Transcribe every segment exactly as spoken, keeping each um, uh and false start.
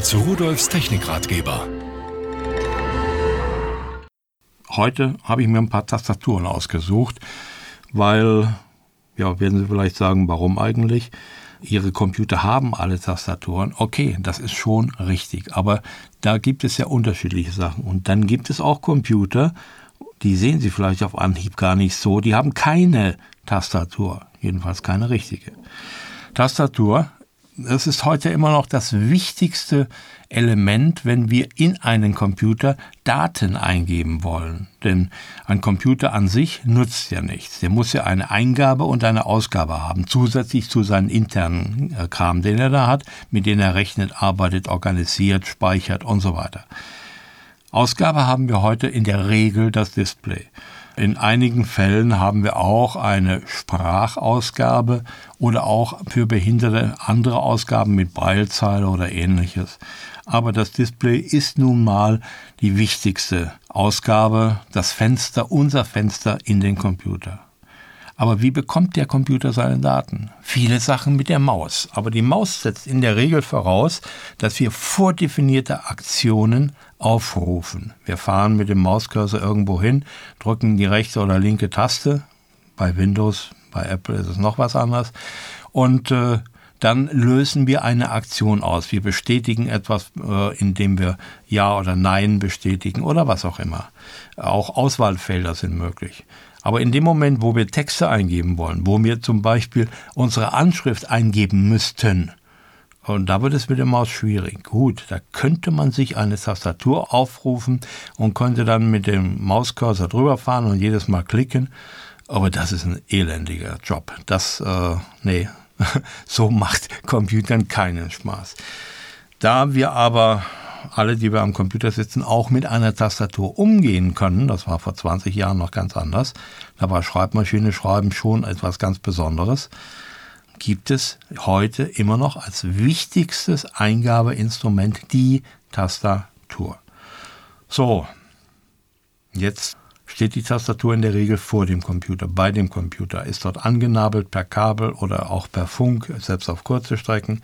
zu Rudolfs Technikratgeber. Heute habe ich mir ein paar Tastaturen ausgesucht, weil, ja, werden Sie vielleicht sagen, warum eigentlich? Ihre Computer haben alle Tastaturen. Okay, das ist schon richtig, aber da gibt es ja unterschiedliche Sachen. Und dann gibt es auch Computer, die sehen Sie vielleicht auf Anhieb gar nicht so, die haben keine Tastatur, jedenfalls keine richtige. Tastatur, das ist heute immer noch das wichtigste Element, wenn wir in einen Computer Daten eingeben wollen. Denn ein Computer an sich nutzt ja nichts. Der muss ja eine Eingabe und eine Ausgabe haben, zusätzlich zu seinem internen äh, Kram, den er da hat, mit dem er rechnet, arbeitet, organisiert, speichert und so weiter. Ausgabe haben wir heute in der Regel das Display. In einigen Fällen haben wir auch eine Sprachausgabe oder auch für Behinderte andere Ausgaben mit Braillezeile oder ähnliches. Aber das Display ist nun mal die wichtigste Ausgabe, das Fenster, unser Fenster in den Computer. Aber wie bekommt der Computer seine Daten? Viele Sachen mit der Maus. Aber die Maus setzt in der Regel voraus, dass wir vordefinierte Aktionen aufrufen. Wir fahren mit dem Mauscursor irgendwo hin, drücken die rechte oder linke Taste. Bei Windows, bei Apple ist es noch was anderes. Und äh, dann lösen wir eine Aktion aus. Wir bestätigen etwas, äh, indem wir Ja oder Nein bestätigen oder was auch immer. Auch Auswahlfelder sind möglich. Aber in dem Moment, wo wir Texte eingeben wollen, wo wir zum Beispiel unsere Anschrift eingeben müssten, und da wird es mit der Maus schwierig. Gut, da könnte man sich eine Tastatur aufrufen und könnte dann mit dem Mauscursor drüber fahren und jedes Mal klicken. Aber das ist ein elendiger Job. Das, äh, nee, so macht Computern keinen Spaß. Da wir aber alle, die wir am Computer sitzen, auch mit einer Tastatur umgehen können, das war vor zwanzig Jahren noch ganz anders, da war Schreibmaschine schreiben schon etwas ganz Besonderes, gibt es heute immer noch als wichtigstes Eingabeinstrument die Tastatur. So, jetzt steht die Tastatur in der Regel vor dem Computer, bei dem Computer, ist dort angenabelt per Kabel oder auch per Funk, selbst auf kurze Strecken.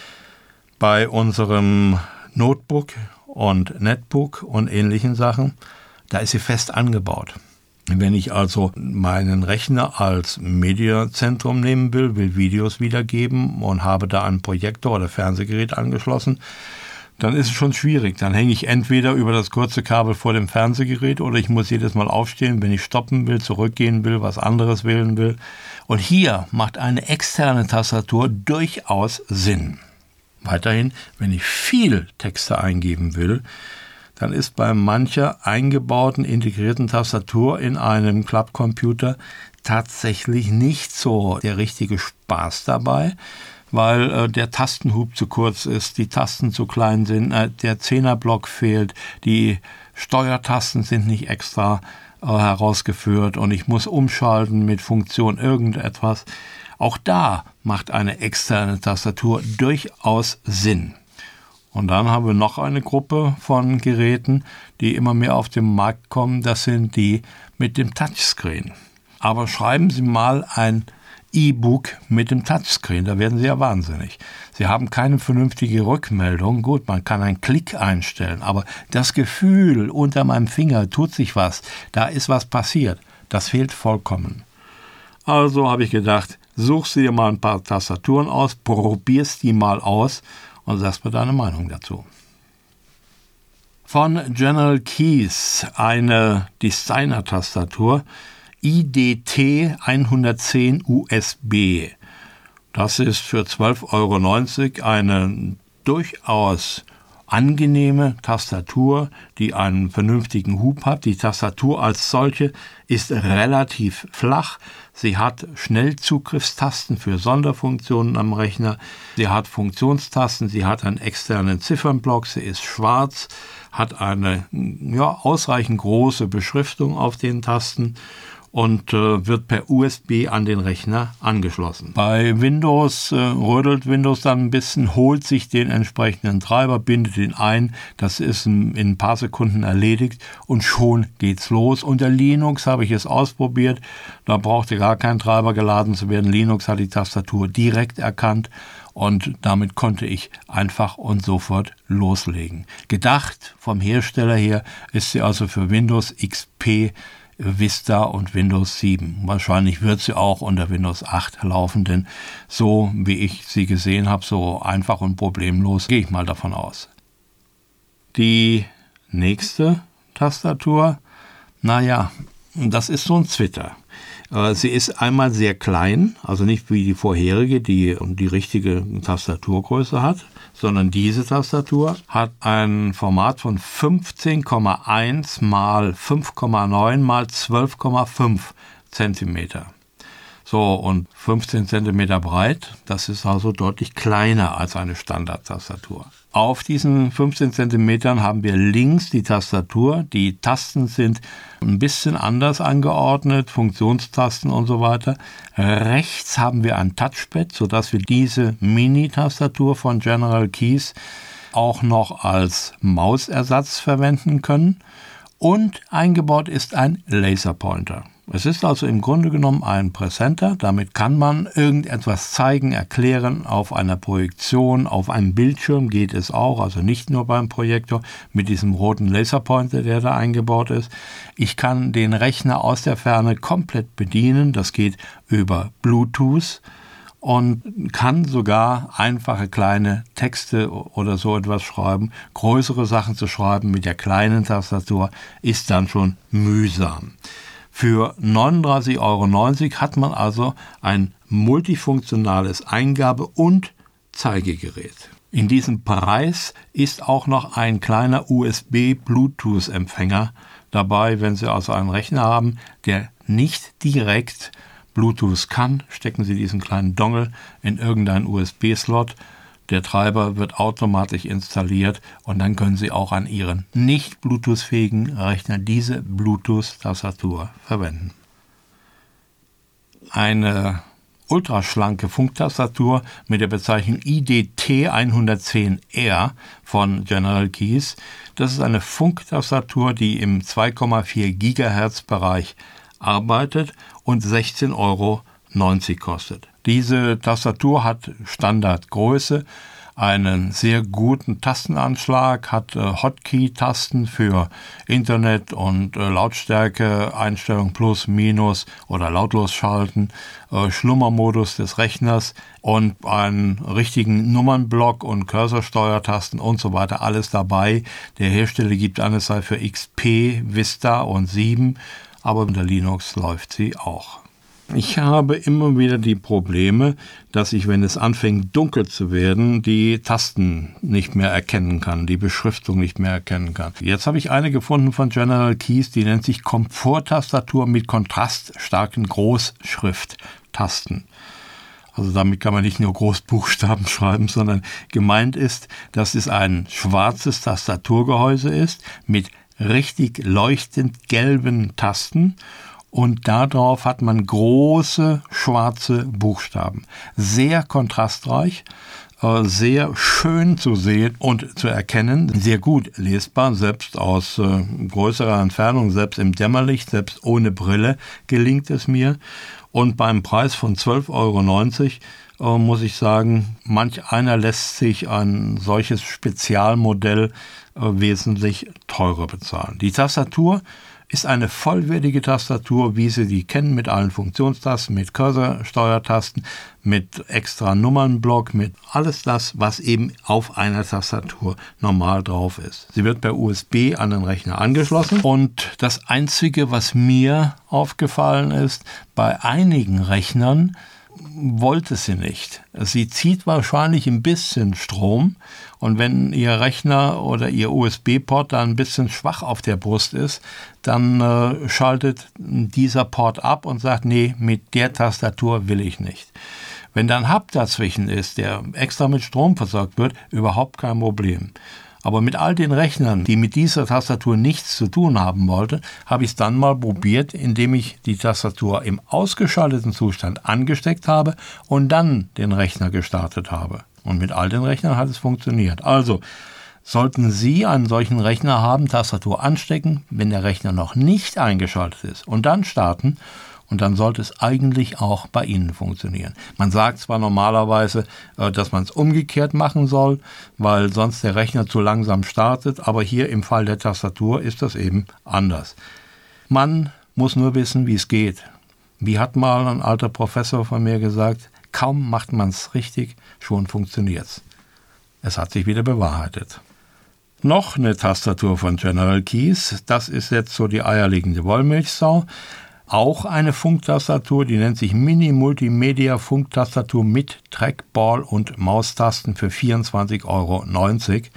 Bei unserem Notebook und Netbook und ähnlichen Sachen, da ist sie fest angebaut. Wenn ich also meinen Rechner als Mediazentrum nehmen will, will Videos wiedergeben und habe da einen Projektor oder Fernsehgerät angeschlossen, dann ist es schon schwierig. Dann hänge ich entweder über das kurze Kabel vor dem Fernsehgerät oder ich muss jedes Mal aufstehen, wenn ich stoppen will, zurückgehen will, was anderes wählen will. Und hier macht eine externe Tastatur durchaus Sinn. Weiterhin, wenn ich viel Texte eingeben will, dann ist bei mancher eingebauten integrierten Tastatur in einem Klappcomputer tatsächlich nicht so der richtige Spaß dabei, weil äh, der Tastenhub zu kurz ist, die Tasten zu klein sind, äh, der Zehnerblock fehlt, die Steuertasten sind nicht extra äh, herausgeführt und ich muss umschalten mit Funktion irgendetwas. Auch da macht eine externe Tastatur durchaus Sinn. Und dann haben wir noch eine Gruppe von Geräten, die immer mehr auf den Markt kommen. Das sind die mit dem Touchscreen. Aber schreiben Sie mal ein E-Book mit dem Touchscreen, da werden Sie ja wahnsinnig. Sie haben keine vernünftige Rückmeldung. Gut, man kann einen Klick einstellen, aber das Gefühl, unter meinem Finger tut sich was, da ist was passiert, das fehlt vollkommen. Also habe ich gedacht, suchst du dir mal ein paar Tastaturen aus, probierst die mal aus und sagst mir deine Meinung dazu. Von General Keys eine Designer-Tastatur I D T hundertzehn U S B. Das ist für zwölf Euro neunzig eine durchaus angenehme Tastatur, die einen vernünftigen Hub hat. Die Tastatur als solche ist relativ flach. Sie hat Schnellzugriffstasten für Sonderfunktionen am Rechner. Sie hat Funktionstasten. Sie hat einen externen Ziffernblock. Sie ist schwarz, hat eine ja, ausreichend große Beschriftung auf den Tasten und äh, wird per U S B an den Rechner angeschlossen. Bei Windows äh, rödelt Windows dann ein bisschen, holt sich den entsprechenden Treiber, bindet ihn ein, das ist in, in ein paar Sekunden erledigt und schon geht's los. Unter Linux habe ich es ausprobiert, da brauchte gar kein Treiber geladen zu werden. Linux hat die Tastatur direkt erkannt und damit konnte ich einfach und sofort loslegen. Gedacht vom Hersteller her ist sie also für Windows X P, Vista und Windows sieben. Wahrscheinlich wird sie auch unter Windows acht laufen, denn so wie ich sie gesehen habe, so einfach und problemlos, gehe ich mal davon aus. Die nächste Tastatur, naja, das ist so ein Zwitter. Sie ist einmal sehr klein, also nicht wie die vorherige, die die richtige Tastaturgröße hat, sondern diese Tastatur hat ein Format von fünfzehn Komma eins mal fünf Komma neun mal zwölf Komma fünf Zentimeter. So, und fünfzehn Zentimeter breit, das ist also deutlich kleiner als eine Standardtastatur. Auf diesen fünfzehn Zentimetern haben wir links die Tastatur. Die Tasten sind ein bisschen anders angeordnet, Funktionstasten und so weiter. Rechts haben wir ein Touchpad, sodass wir diese Mini-Tastatur von General Keys auch noch als Mausersatz verwenden können. Und eingebaut ist ein Laserpointer. Es ist also im Grunde genommen ein Präsenter. Damit kann man irgendetwas zeigen, erklären auf einer Projektion, auf einem Bildschirm geht es auch, also nicht nur beim Projektor mit diesem roten Laserpointer, der da eingebaut ist. Ich kann den Rechner aus der Ferne komplett bedienen. Das geht über Bluetooth und kann sogar einfache kleine Texte oder so etwas schreiben. Größere Sachen zu schreiben mit der kleinen Tastatur ist dann schon mühsam. Für neununddreißig Euro neunzig hat man also ein multifunktionales Eingabe- und Zeigegerät. In diesem Preis ist auch noch ein kleiner U S B-Bluetooth-Empfänger dabei. Wenn Sie also einen Rechner haben, der nicht direkt Bluetooth kann, stecken Sie diesen kleinen Dongle in irgendeinen U S B-Slot. Der Treiber wird automatisch installiert und dann können Sie auch an Ihren nicht Bluetooth-fähigen Rechner diese Bluetooth-Tastatur verwenden. Eine ultraschlanke Funktastatur mit der Bezeichnung I D T hundertzehn R von General Keys. Das ist eine Funktastatur, die im zwei Komma vier Gigahertz Bereich arbeitet und sechzehn Euro neunzig kostet. Diese Tastatur hat Standardgröße, einen sehr guten Tastenanschlag, hat äh, Hotkey-Tasten für Internet und äh, Lautstärke, Einstellung plus, minus oder lautlos schalten, äh, Schlummermodus des Rechners und einen richtigen Nummernblock und Cursorsteuertasten und so weiter, alles dabei. Der Hersteller gibt an, es sei für X P, Vista und sieben, aber unter Linux läuft sie auch. Ich habe immer wieder die Probleme, dass ich, wenn es anfängt dunkel zu werden, die Tasten nicht mehr erkennen kann, die Beschriftung nicht mehr erkennen kann. Jetzt habe ich eine gefunden von General Keys, die nennt sich Komforttastatur mit kontraststarken Großschrifttasten. Also damit kann man nicht nur Großbuchstaben schreiben, sondern gemeint ist, dass es ein schwarzes Tastaturgehäuse ist mit richtig leuchtend gelben Tasten. Und darauf hat man große schwarze Buchstaben. Sehr kontrastreich, sehr schön zu sehen und zu erkennen, sehr gut lesbar, selbst aus äh, größerer Entfernung, selbst im Dämmerlicht, selbst ohne Brille gelingt es mir. Und beim Preis von zwölf Euro neunzig äh, muss ich sagen, manch einer lässt sich ein solches Spezialmodell äh, wesentlich teurer bezahlen. Die Tastatur ist eine vollwertige Tastatur, wie Sie die kennen, mit allen Funktionstasten, mit Cursorsteuertasten, mit extra Nummernblock, mit alles das, was eben auf einer Tastatur normal drauf ist. Sie wird per U S B an den Rechner angeschlossen und das Einzige, was mir aufgefallen ist, bei einigen Rechnern wollte sie nicht. Sie zieht wahrscheinlich ein bisschen Strom und wenn Ihr Rechner oder Ihr U S B-Port da ein bisschen schwach auf der Brust ist, dann äh, schaltet dieser Port ab und sagt, nee, mit der Tastatur will ich nicht. Wenn da ein Hub dazwischen ist, der extra mit Strom versorgt wird, überhaupt kein Problem. Aber mit all den Rechnern, die mit dieser Tastatur nichts zu tun haben wollten, habe ich es dann mal probiert, indem ich die Tastatur im ausgeschalteten Zustand angesteckt habe und dann den Rechner gestartet habe. Und mit all den Rechnern hat es funktioniert. Also, sollten Sie einen solchen Rechner haben, Tastatur anstecken, wenn der Rechner noch nicht eingeschaltet ist und dann starten, und dann sollte es eigentlich auch bei Ihnen funktionieren. Man sagt zwar normalerweise, dass man es umgekehrt machen soll, weil sonst der Rechner zu langsam startet, aber hier im Fall der Tastatur ist das eben anders. Man muss nur wissen, wie es geht. Wie hat mal ein alter Professor von mir gesagt, kaum macht man es richtig, schon funktioniert's. Es hat sich wieder bewahrheitet. Noch eine Tastatur von General Keys, das ist jetzt so die eierlegende Wollmilchsau. Auch eine Funktastatur, die nennt sich Mini-Multimedia-Funktastatur mit Trackball und Maustasten für vierundzwanzig Euro neunzig.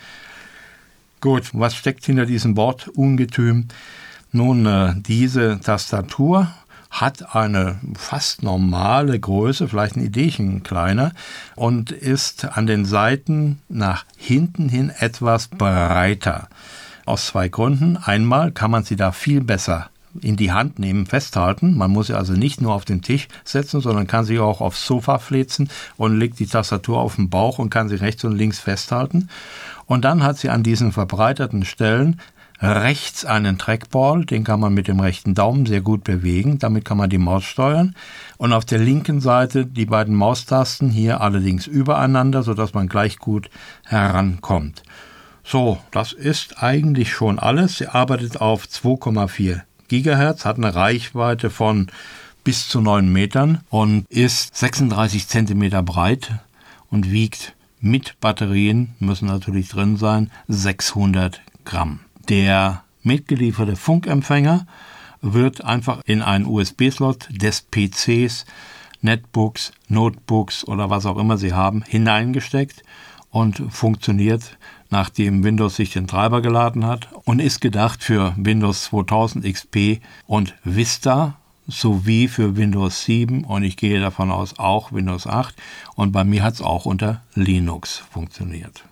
Gut, was steckt hinter diesem Wort Ungetüm? Nun, äh, diese Tastatur hat eine fast normale Größe, vielleicht ein Ideechen kleiner, und ist an den Seiten nach hinten hin etwas breiter. Aus zwei Gründen. Einmal kann man sie da viel besser in die Hand nehmen, festhalten. Man muss sie also nicht nur auf den Tisch setzen, sondern kann sie auch aufs Sofa flitzen und legt die Tastatur auf den Bauch und kann sie rechts und links festhalten. Und dann hat sie an diesen verbreiterten Stellen rechts einen Trackball, den kann man mit dem rechten Daumen sehr gut bewegen, damit kann man die Maus steuern. Und auf der linken Seite die beiden Maustasten, hier allerdings übereinander, sodass man gleich gut herankommt. So, das ist eigentlich schon alles. Sie arbeitet auf zwei Komma vier Gigahertz, hat eine Reichweite von bis zu neun Metern und ist sechsunddreißig Zentimeter breit und wiegt mit Batterien, müssen natürlich drin sein, sechshundert Gramm. Der mitgelieferte Funkempfänger wird einfach in einen U S B-Slot des P Cs, Netbooks, Notebooks oder was auch immer Sie haben, hineingesteckt und funktioniert, nachdem Windows sich den Treiber geladen hat, und ist gedacht für Windows zweitausend X P und Vista sowie für Windows sieben und ich gehe davon aus auch Windows acht, und bei mir hat es auch unter Linux funktioniert.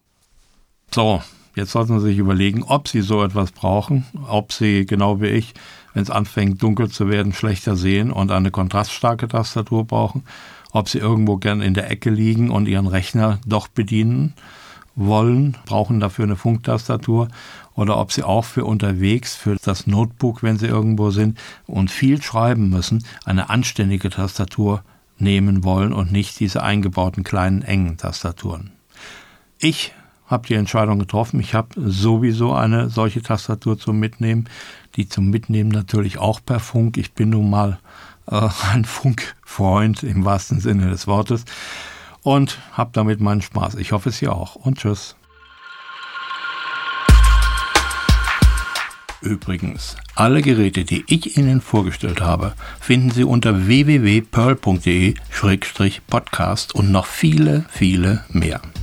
So, jetzt sollten Sie sich überlegen, ob Sie so etwas brauchen, ob Sie, genau wie ich, wenn es anfängt dunkel zu werden, schlechter sehen und eine kontraststarke Tastatur brauchen, ob Sie irgendwo gern in der Ecke liegen und Ihren Rechner doch bedienen wollen, brauchen dafür eine Funktastatur, oder ob Sie auch für unterwegs, für das Notebook, wenn Sie irgendwo sind und viel schreiben müssen, eine anständige Tastatur nehmen wollen und nicht diese eingebauten kleinen, engen Tastaturen. Ich habe die Entscheidung getroffen, ich habe sowieso eine solche Tastatur zum Mitnehmen, die zum Mitnehmen natürlich auch per Funk. Ich bin nun mal äh, ein Funkfreund im wahrsten Sinne des Wortes. Und hab damit meinen Spaß. Ich hoffe, Sie auch. Und tschüss. Übrigens, alle Geräte, die ich Ihnen vorgestellt habe, finden Sie unter w w w punkt pearl punkt de Schrägstrich podcast und noch viele, viele mehr.